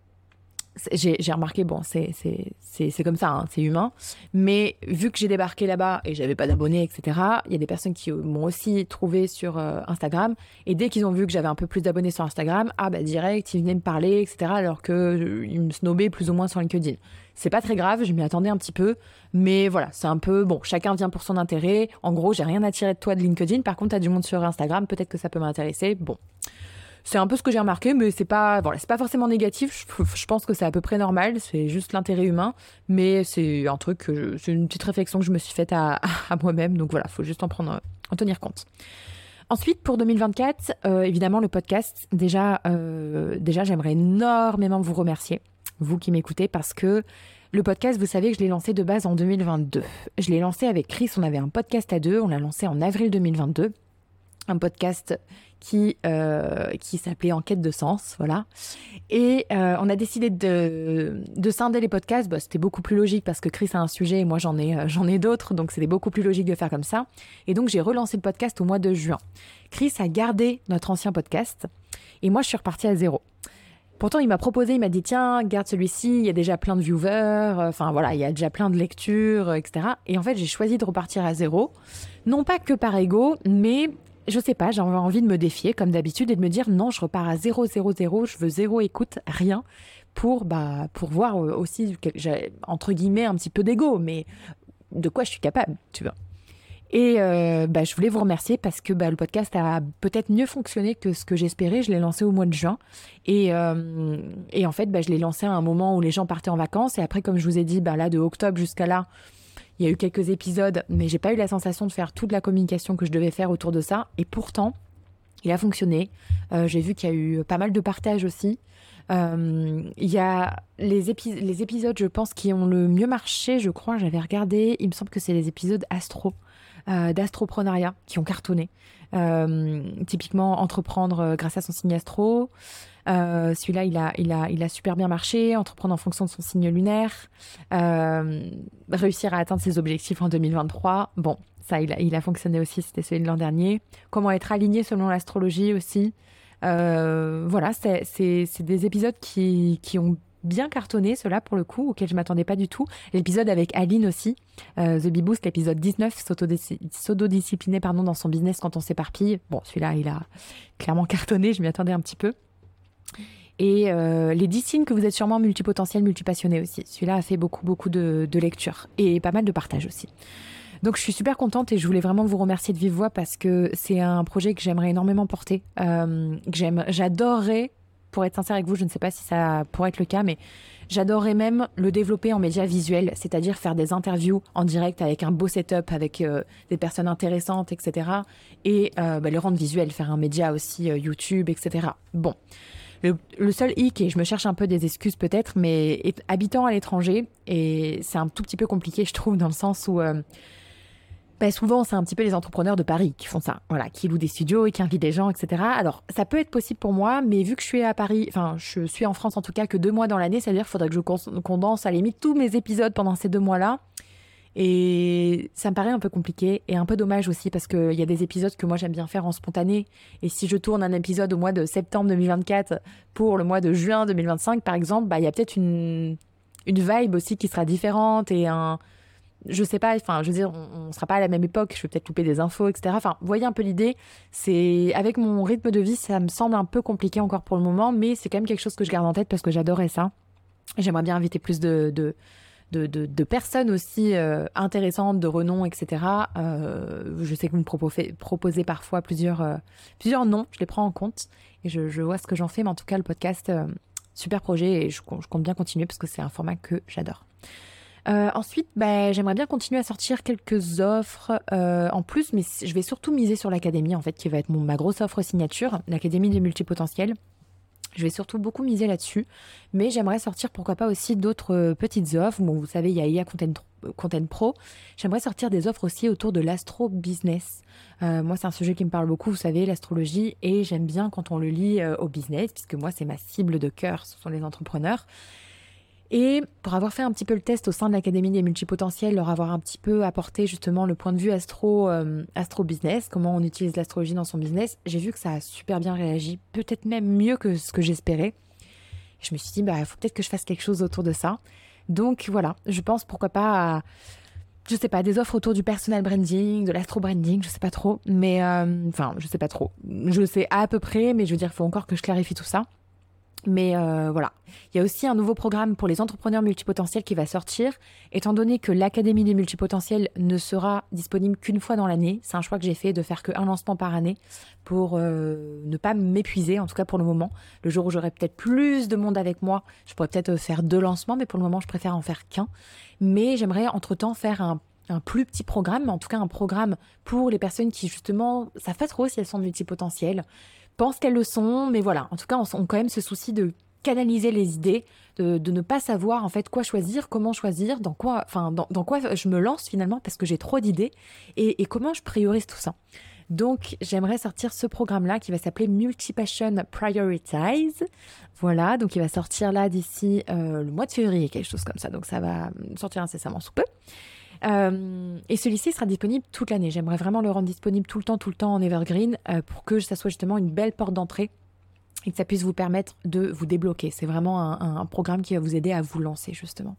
J'ai, j'ai remarqué, bon, c'est, c'est, c'est, c'est comme ça, hein, c'est humain, mais vu que j'ai débarqué là-bas et j'avais pas d'abonnés, et cetera, il y a des personnes qui m'ont aussi trouvé sur euh, Instagram, et dès qu'ils ont vu que j'avais un peu plus d'abonnés sur Instagram, ah bah direct, ils venaient me parler, et cetera, alors qu'ils euh, me snobaient plus ou moins sur LinkedIn. C'est pas très grave, je m'y attendais un petit peu, mais voilà, c'est un peu, bon, chacun vient pour son intérêt. En gros, j'ai rien à tirer de toi de LinkedIn, par contre, t'as du monde sur Instagram, peut-être que ça peut m'intéresser, bon. C'est un peu ce que j'ai remarqué, mais c'est pas, voilà, c'est pas forcément négatif. Je, je pense que c'est à peu près normal. C'est juste l'intérêt humain, mais c'est un truc que je, c'est une petite réflexion que je me suis faite à, à moi-même. Donc voilà, faut juste en prendre, en tenir compte. Ensuite, pour deux mille vingt-quatre, euh, évidemment le podcast. Déjà, euh, déjà, j'aimerais énormément vous remercier, vous qui m'écoutez, parce que le podcast, vous savez que je l'ai lancé de base en deux mille vingt-deux. Je l'ai lancé avec Chris. On avait un podcast à deux. On l'a lancé en avril deux mille vingt-deux. Un podcast qui, euh, qui s'appelait En quête de sens, voilà. Et euh, on a décidé de, de scinder les podcasts. Bah, c'était beaucoup plus logique parce que Chris a un sujet et moi j'en ai, euh, j'en ai d'autres, donc c'était beaucoup plus logique de faire comme ça. Et donc j'ai relancé le podcast au mois de juin. Chris a gardé notre ancien podcast et moi je suis repartie à zéro. Pourtant, il m'a proposé, il m'a dit, tiens, garde celui-ci, il y a déjà plein de viewers, enfin voilà, il y a déjà plein de lectures, et cetera. Et en fait, j'ai choisi de repartir à zéro. Non pas que par ego, mais je sais pas, j'avais envie de me défier comme d'habitude et de me dire non, je repars à zéro, zéro, zéro, je veux zéro écoute, rien, pour, bah, pour voir aussi, j'ai, entre guillemets, un petit peu d'ego, mais de quoi je suis capable, tu vois. Et euh, bah, je voulais vous remercier parce que bah, le podcast a peut-être mieux fonctionné que ce que j'espérais. Je l'ai lancé au mois de juin. Et, euh, et en fait, bah, je l'ai lancé à un moment où les gens partaient en vacances. Et après, comme je vous ai dit, bah, là, de octobre jusqu'à là, il y a eu quelques épisodes, mais j'ai pas eu la sensation de faire toute la communication que je devais faire autour de ça. Et pourtant, il a fonctionné. Euh, j'ai vu qu'il y a eu pas mal de partages aussi. Euh, il y a les, épi- les épisodes, je pense, qui ont le mieux marché, je crois. J'avais regardé, il me semble que c'est les épisodes Astro. Euh, d'astroprenariat qui ont cartonné. Euh, typiquement, entreprendre euh, grâce à son signe astro. Euh, celui-là, il a, il, a, il a super bien marché. Entreprendre en fonction de son signe lunaire. Euh, réussir à atteindre ses objectifs en deux mille vingt-trois. Bon, ça, il a, il a fonctionné aussi. C'était celui de l'an dernier. Comment être aligné selon l'astrologie aussi. Euh, voilà, c'est, c'est, c'est des épisodes qui, qui ont bien cartonné, ceux-là, pour le coup, auquel je ne m'attendais pas du tout. L'épisode avec Aline aussi, euh, The Bee Boost, l'épisode dix-neuf, s'autodiscipliner pardon, dans son business quand on s'éparpille. Bon, celui-là, il a clairement cartonné, je m'y attendais un petit peu. Et euh, les dix signes que vous êtes sûrement multipotentiels, multipassionnés aussi. Celui-là a fait beaucoup, beaucoup de, de lectures et pas mal de partages aussi. Donc, je suis super contente et je voulais vraiment vous remercier de vive voix parce que c'est un projet que j'aimerais énormément porter, euh, que j'aime, j'adorerais. Pour être sincère avec vous, je ne sais pas si ça pourrait être le cas, mais j'adorerais même le développer en médias visuels, c'est-à-dire faire des interviews en direct avec un beau setup, avec euh, des personnes intéressantes, et cetera. Et euh, bah, le rendre visuel, faire un média aussi euh, YouTube, et cetera. Bon, le, le seul hic, et je me cherche un peu des excuses peut-être, mais est, habitant à l'étranger, et c'est un tout petit peu compliqué, je trouve, dans le sens où... Euh, Ben souvent, c'est un petit peu les entrepreneurs de Paris qui font ça, voilà, qui louent des studios et qui invitent des gens, et cetera. Alors, ça peut être possible pour moi, mais vu que je suis à Paris, enfin, je suis en France en tout cas que deux mois dans l'année, c'est-à-dire qu'il faudrait que je condense à la limite tous mes épisodes pendant ces deux mois-là. Et ça me paraît un peu compliqué et un peu dommage aussi parce qu'il y a des épisodes que moi j'aime bien faire en spontané. Et si je tourne un épisode au mois de septembre deux mille vingt-quatre pour le mois de juin deux mille vingt-cinq, par exemple, bah, il y a peut-être une, une vibe aussi qui sera différente et un... Je sais pas, enfin, je veux dire, on ne sera pas à la même époque, je vais peut-être louper des infos, et cetera. Enfin, vous voyez un peu l'idée, c'est, avec mon rythme de vie, ça me semble un peu compliqué encore pour le moment, mais c'est quand même quelque chose que je garde en tête parce que j'adorais ça. J'aimerais bien inviter plus de, de, de, de, de personnes aussi euh, intéressantes, de renom, et cetera. Euh, je sais que vous me proposez, proposez parfois plusieurs, euh, plusieurs noms, je les prends en compte et je, je vois ce que j'en fais, mais en tout cas, le podcast, euh, super projet et je, je compte bien continuer parce que c'est un format que j'adore. Euh, ensuite, bah, j'aimerais bien continuer à sortir quelques offres euh, en plus, mais je vais surtout miser sur l'académie, en fait, qui va être mon, ma grosse offre signature, l'académie des multipotentiels. Je vais surtout beaucoup miser là-dessus, mais j'aimerais sortir pourquoi pas aussi d'autres euh, petites offres. Bon, vous savez, il y a I A Content, Content Pro. J'aimerais sortir des offres aussi autour de l'astro-business. Euh, moi, c'est un sujet qui me parle beaucoup, vous savez, l'astrologie, et j'aime bien quand on le lit euh, au business, puisque moi, c'est ma cible de cœur, ce sont les entrepreneurs. Et pour avoir fait un petit peu le test au sein de l'Académie des multipotentiels, leur avoir un petit peu apporté justement le point de vue astro, euh, astro-business, comment on utilise l'astrologie dans son business, j'ai vu que ça a super bien réagi, peut-être même mieux que ce que j'espérais. Je me suis dit, bah, il faut peut-être que je fasse quelque chose autour de ça. Donc voilà, je pense pourquoi pas à, je sais pas, des offres autour du personal branding, de l'astro-branding, je sais pas trop, mais euh, enfin, je sais pas trop. Je sais à peu près, mais je veux dire, il faut encore que je clarifie tout ça. Mais euh, voilà, il y a aussi un nouveau programme pour les entrepreneurs multipotentiels qui va sortir, étant donné que l'Académie des multipotentiels ne sera disponible qu'une fois dans l'année. C'est un choix que j'ai fait de faire qu'un lancement par année pour euh, ne pas m'épuiser, en tout cas pour le moment. Le jour où j'aurai peut-être plus de monde avec moi, je pourrais peut-être faire deux lancements, mais pour le moment, je préfère en faire qu'un. Mais j'aimerais entre-temps faire un un plus petit programme, mais en tout cas un programme pour les personnes qui justement savent pas trop si elles sont multipotentielles, pensent qu'elles le sont, mais voilà, en tout cas, on, on quand même ce souci de canaliser les idées, de, de ne pas savoir en fait quoi choisir, comment choisir, dans quoi, enfin dans, dans quoi je me lance finalement parce que j'ai trop d'idées et, et comment je priorise tout ça. Donc, j'aimerais sortir ce programme-là qui va s'appeler Multipassion Prioritize. Voilà, donc il va sortir là d'ici euh, le mois de février, quelque chose comme ça. Donc, ça va sortir incessamment sous peu. Euh, et celui-ci sera disponible toute l'année. J'aimerais vraiment le rendre disponible tout le temps, tout le temps en evergreen euh, pour que ça soit justement une belle porte d'entrée et que ça puisse vous permettre de vous débloquer. C'est vraiment un, un, un programme qui va vous aider à vous lancer justement.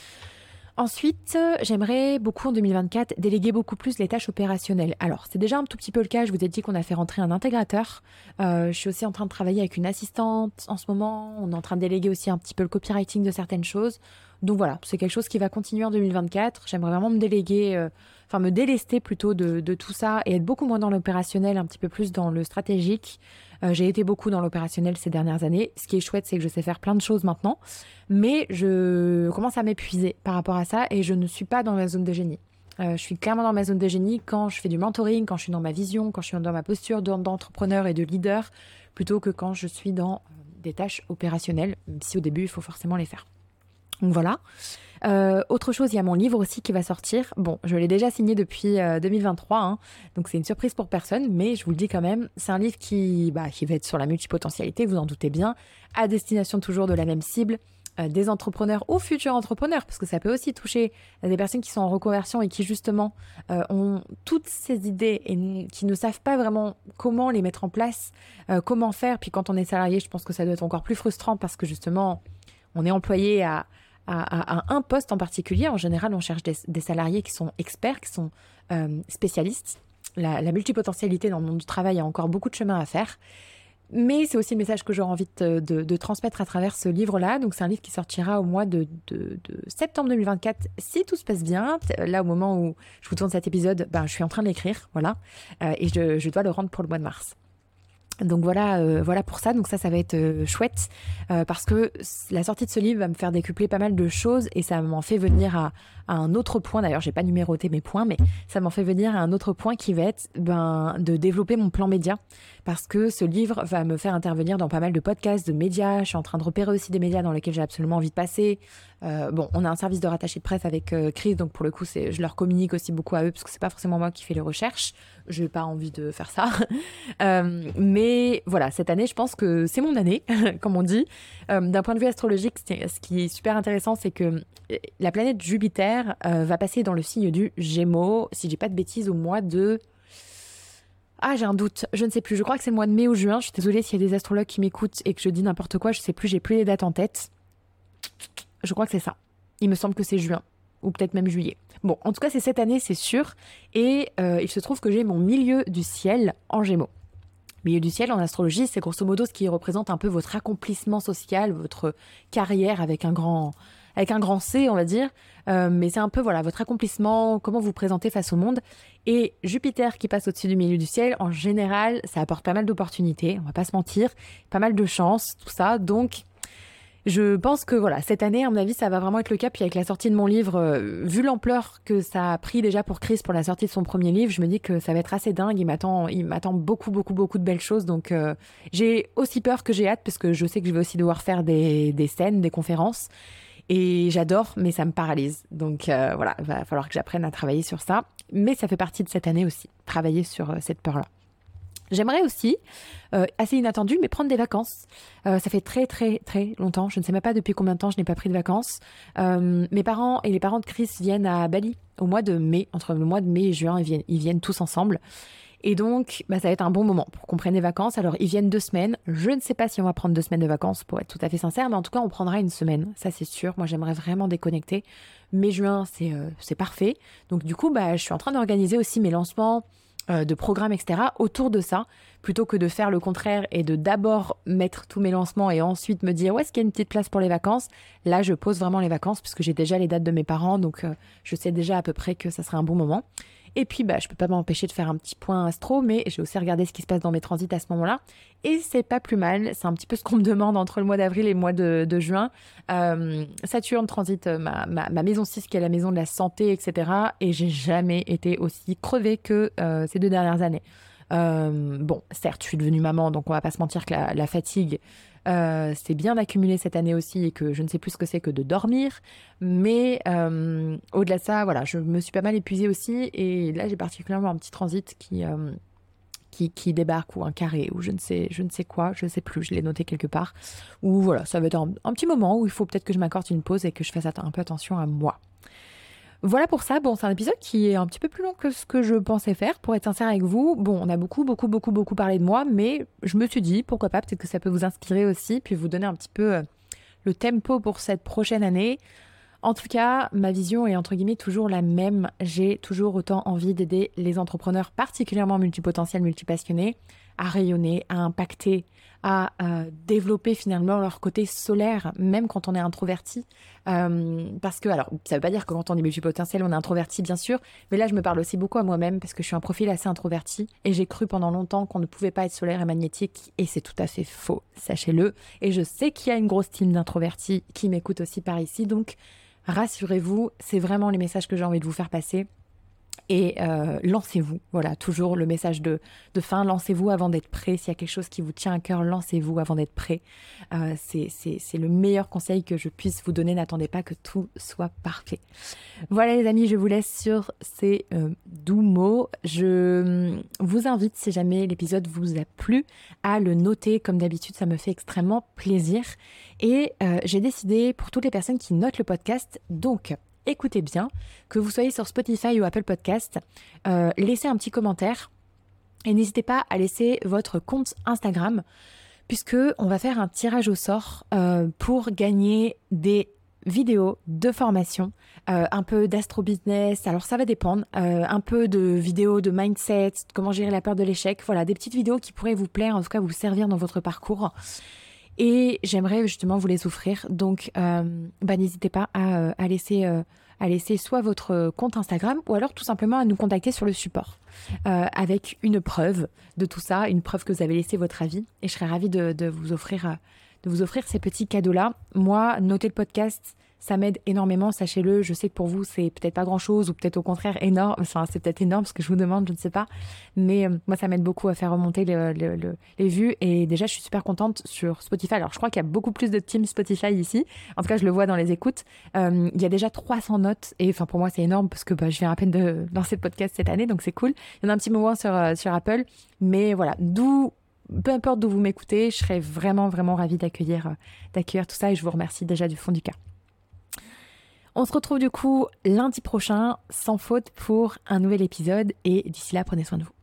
Ensuite, j'aimerais beaucoup en deux mille vingt-quatre déléguer beaucoup plus les tâches opérationnelles. Alors, c'est déjà un tout petit peu le cas. Je vous ai dit qu'on a fait rentrer un intégrateur. Euh, je suis aussi en train de travailler avec une assistante en ce moment. On est en train de déléguer aussi un petit peu le copywriting de certaines choses. Donc voilà, c'est quelque chose qui va continuer en deux mille vingt-quatre. J'aimerais vraiment me déléguer, euh, enfin me délester plutôt de, de tout ça et être beaucoup moins dans l'opérationnel, un petit peu plus dans le stratégique. Euh, j'ai été beaucoup dans l'opérationnel ces dernières années. Ce qui est chouette, c'est que je sais faire plein de choses maintenant. Mais je commence à m'épuiser par rapport à ça et je ne suis pas dans ma zone de génie. Euh, je suis clairement dans ma zone de génie quand je fais du mentoring, quand je suis dans ma vision, quand je suis dans ma posture d'entrepreneur et de leader, plutôt que quand je suis dans des tâches opérationnelles, même si au début, il faut forcément les faire. Donc voilà. Euh, autre chose, il y a mon livre aussi qui va sortir. Bon, je l'ai déjà signé depuis euh, deux mille vingt-trois, hein, donc c'est une surprise pour personne, mais je vous le dis quand même, c'est un livre qui, bah, qui va être sur la multipotentialité, vous en doutez bien, à destination toujours de la même cible, euh, des entrepreneurs ou futurs entrepreneurs, parce que ça peut aussi toucher des personnes qui sont en reconversion et qui justement euh, ont toutes ces idées et n- qui ne savent pas vraiment comment les mettre en place, euh, comment faire. Puis quand on est salarié, je pense que ça doit être encore plus frustrant parce que justement, on est employé à À, à, à un poste en particulier. En général, on cherche des, des salariés qui sont experts, qui sont euh, spécialistes. La, la multipotentialité dans le monde du travail a encore beaucoup de chemin à faire. Mais c'est aussi le message que j'aurais envie de, de, de transmettre à travers ce livre-là. Donc, c'est un livre qui sortira au mois de, de, de septembre deux mille vingt-quatre, si tout se passe bien. Là, au moment où je vous tourne cet épisode, ben, je suis en train de l'écrire, voilà. Euh, et je, je dois le rendre pour le mois de mars. Donc voilà, euh, voilà pour ça. Donc ça, ça va être euh, chouette euh, parce que la sortie de ce livre va me faire décupler pas mal de choses et ça m'en fait venir à, à un autre point. D'ailleurs, j'ai pas numéroté mes points, mais ça m'en fait venir à un autre point qui va être ben, de développer mon plan média parce que ce livre va me faire intervenir dans pas mal de podcasts, de médias. Je suis en train de repérer aussi des médias dans lesquels j'ai absolument envie de passer. Euh, bon, on a un service de rattaché de presse avec euh, Chris, donc pour le coup, c'est, je leur communique aussi beaucoup à eux parce que c'est pas forcément moi qui fais les recherches. Je n'ai pas envie de faire ça. euh, mais voilà, cette année, je pense que c'est mon année, comme on dit. Euh, d'un point de vue astrologique, ce qui est super intéressant, c'est que la planète Jupiter euh, va passer dans le signe du Gémeaux, si je dis pas de bêtises, au mois de... Ah, j'ai un doute, je ne sais plus. Je crois que c'est le mois de mai ou juin. Je suis désolée s'il y a des astrologues qui m'écoutent et que je dis n'importe quoi. Je sais plus, j'ai plus les dates en tête. Je crois que c'est ça. Il me semble que c'est juin. Ou peut-être même juillet. Bon, en tout cas, c'est cette année, c'est sûr. Et euh, il se trouve que j'ai mon milieu du ciel en Gémeaux. Milieu du ciel, en astrologie, c'est grosso modo ce qui représente un peu votre accomplissement social, votre carrière avec un grand, avec un grand C, on va dire. Euh, mais c'est un peu, voilà, votre accomplissement, comment vous vous présentez face au monde. Et Jupiter qui passe au-dessus du milieu du ciel, en général, ça apporte pas mal d'opportunités, on va pas se mentir. Pas mal de chance, tout ça. Donc... Je pense que voilà, cette année, à mon avis, ça va vraiment être le cas. Puis avec la sortie de mon livre, euh, vu l'ampleur que ça a pris déjà pour Chris pour la sortie de son premier livre, je me dis que ça va être assez dingue. Il m'attend, il m'attend beaucoup, beaucoup, beaucoup de belles choses. Donc euh, j'ai aussi peur que j'ai hâte parce que je sais que je vais aussi devoir faire des, des scènes, des conférences. Et j'adore, mais ça me paralyse. Donc euh, voilà, il va falloir que j'apprenne à travailler sur ça. Mais ça fait partie de cette année aussi, travailler sur euh, cette peur-là. J'aimerais aussi, euh, assez inattendu, mais prendre des vacances. Euh, ça fait très très très longtemps, je ne sais même pas depuis combien de temps je n'ai pas pris de vacances. Euh, mes parents et les parents de Chris viennent à Bali au mois de mai, entre le mois de mai et juin, ils viennent, ils viennent tous ensemble. Et donc, bah, ça va être un bon moment pour qu'on prenne des vacances. Alors, ils viennent deux semaines. Je ne sais pas si on va prendre deux semaines de vacances, pour être tout à fait sincère, mais en tout cas, on prendra une semaine, ça c'est sûr. Moi, j'aimerais vraiment déconnecter. Mai-juin, c'est euh, c'est parfait. Donc, du coup, bah, je suis en train d'organiser aussi mes lancements euh, de programmes, et cetera autour de ça, plutôt que de faire le contraire et de d'abord mettre tous mes lancements et ensuite me dire où est-ce qu'il y a une petite place pour les vacances. Là, je pose vraiment les vacances puisque j'ai déjà les dates de mes parents, donc euh, je sais déjà à peu près que ça sera un bon moment. Et puis, bah, je peux pas m'empêcher de faire un petit point astro, mais j'ai aussi regardé ce qui se passe dans mes transits à ce moment-là. Et c'est pas plus mal. C'est un petit peu ce qu'on me demande entre le mois d'avril et le mois de, de juin. Euh, Saturne transite ma, ma, ma maison six, qui est la maison de la santé, et cetera. Et j'ai jamais été aussi crevée que euh, ces deux dernières années. Euh, bon, certes, je suis devenue maman, donc on va pas se mentir que la, la fatigue euh, s'est bien accumulée cette année aussi et que je ne sais plus ce que c'est que de dormir. Mais euh, au-delà de ça, voilà, je me suis pas mal épuisée aussi. Et là, j'ai particulièrement un petit transit qui, euh, qui, qui débarque, ou un carré, ou je ne sais, je ne sais quoi, je ne sais plus, je l'ai noté quelque part. Ou voilà, ça va être un, un petit moment où il faut peut-être que je m'accorde une pause et que je fasse un peu attention à moi. Voilà pour ça. Bon, c'est un épisode qui est un petit peu plus long que ce que je pensais faire, pour être sincère avec vous. Bon, on a beaucoup, beaucoup, beaucoup, beaucoup parlé de moi, mais je me suis dit, pourquoi pas, peut-être que ça peut vous inspirer aussi, puis vous donner un petit peu euh, le tempo pour cette prochaine année. En tout cas, ma vision est entre guillemets toujours la même. J'ai toujours autant envie d'aider les entrepreneurs, particulièrement multipotentiels, multipassionnés, à rayonner, à impacter, à euh, développer finalement leur côté solaire, même quand on est introverti. Euh, parce que, alors, ça veut pas dire que quand on est multipotentiel, on est introverti, bien sûr, mais là, je me parle aussi beaucoup à moi-même parce que je suis un profil assez introverti et j'ai cru pendant longtemps qu'on ne pouvait pas être solaire et magnétique, et c'est tout à fait faux, sachez-le. Et je sais qu'il y a une grosse team d'introvertis qui m'écoutent aussi par ici, donc rassurez-vous, c'est vraiment les messages que j'ai envie de vous faire passer. Et euh, lancez-vous, voilà, toujours le message de, de fin, lancez-vous avant d'être prêt. S'il y a quelque chose qui vous tient à cœur, lancez-vous avant d'être prêt. Euh, c'est, c'est, c'est le meilleur conseil que je puisse vous donner. N'attendez pas que tout soit parfait. Voilà les amis, je vous laisse sur ces euh, doux mots. Je vous invite, si jamais l'épisode vous a plu, à le noter. Comme d'habitude, ça me fait extrêmement plaisir. Et euh, j'ai décidé, pour toutes les personnes qui notent le podcast, donc écoutez bien, que vous soyez sur Spotify ou Apple Podcast, euh, laissez un petit commentaire et n'hésitez pas à laisser votre compte Instagram, puisque on va faire un tirage au sort euh, pour gagner des vidéos de formation, euh, un peu d'astro-business, alors ça va dépendre, euh, un peu de vidéos de mindset, comment gérer la peur de l'échec, voilà, des petites vidéos qui pourraient vous plaire, en tout cas vous servir dans votre parcours. Et j'aimerais justement vous les offrir. Donc, euh, bah, n'hésitez pas à, à, laisser, euh, à laisser soit votre compte Instagram ou alors tout simplement à nous contacter sur le support euh, avec une preuve de tout ça, une preuve que vous avez laissé votre avis. Et je serais ravie de, de, vous, offrir, de vous offrir ces petits cadeaux-là. Moi, notez le podcast, ça m'aide énormément, sachez-le. Je sais que pour vous, c'est peut-être pas grand-chose ou peut-être au contraire énorme. Enfin, c'est peut-être énorme ce que je vous demande, je ne sais pas. Mais euh, moi, ça m'aide beaucoup à faire remonter le, le, le, les vues. Et déjà, je suis super contente sur Spotify. Alors, je crois qu'il y a beaucoup plus de team Spotify ici. En tout cas, je le vois dans les écoutes. Euh, il y a déjà trois cents notes. Et enfin, pour moi, c'est énorme parce que bah, je viens à peine de lancer le podcast cette année. Donc, c'est cool. Il y en a un petit moment sur, euh, sur Apple. Mais voilà, d'où... Peu importe d'où vous m'écoutez, je serais vraiment, vraiment ravie d'accueillir, euh, d'accueillir tout ça. Et je vous remercie déjà du fond du cœur. On se retrouve du coup lundi prochain, sans faute, pour un nouvel épisode. Et d'ici là, prenez soin de vous.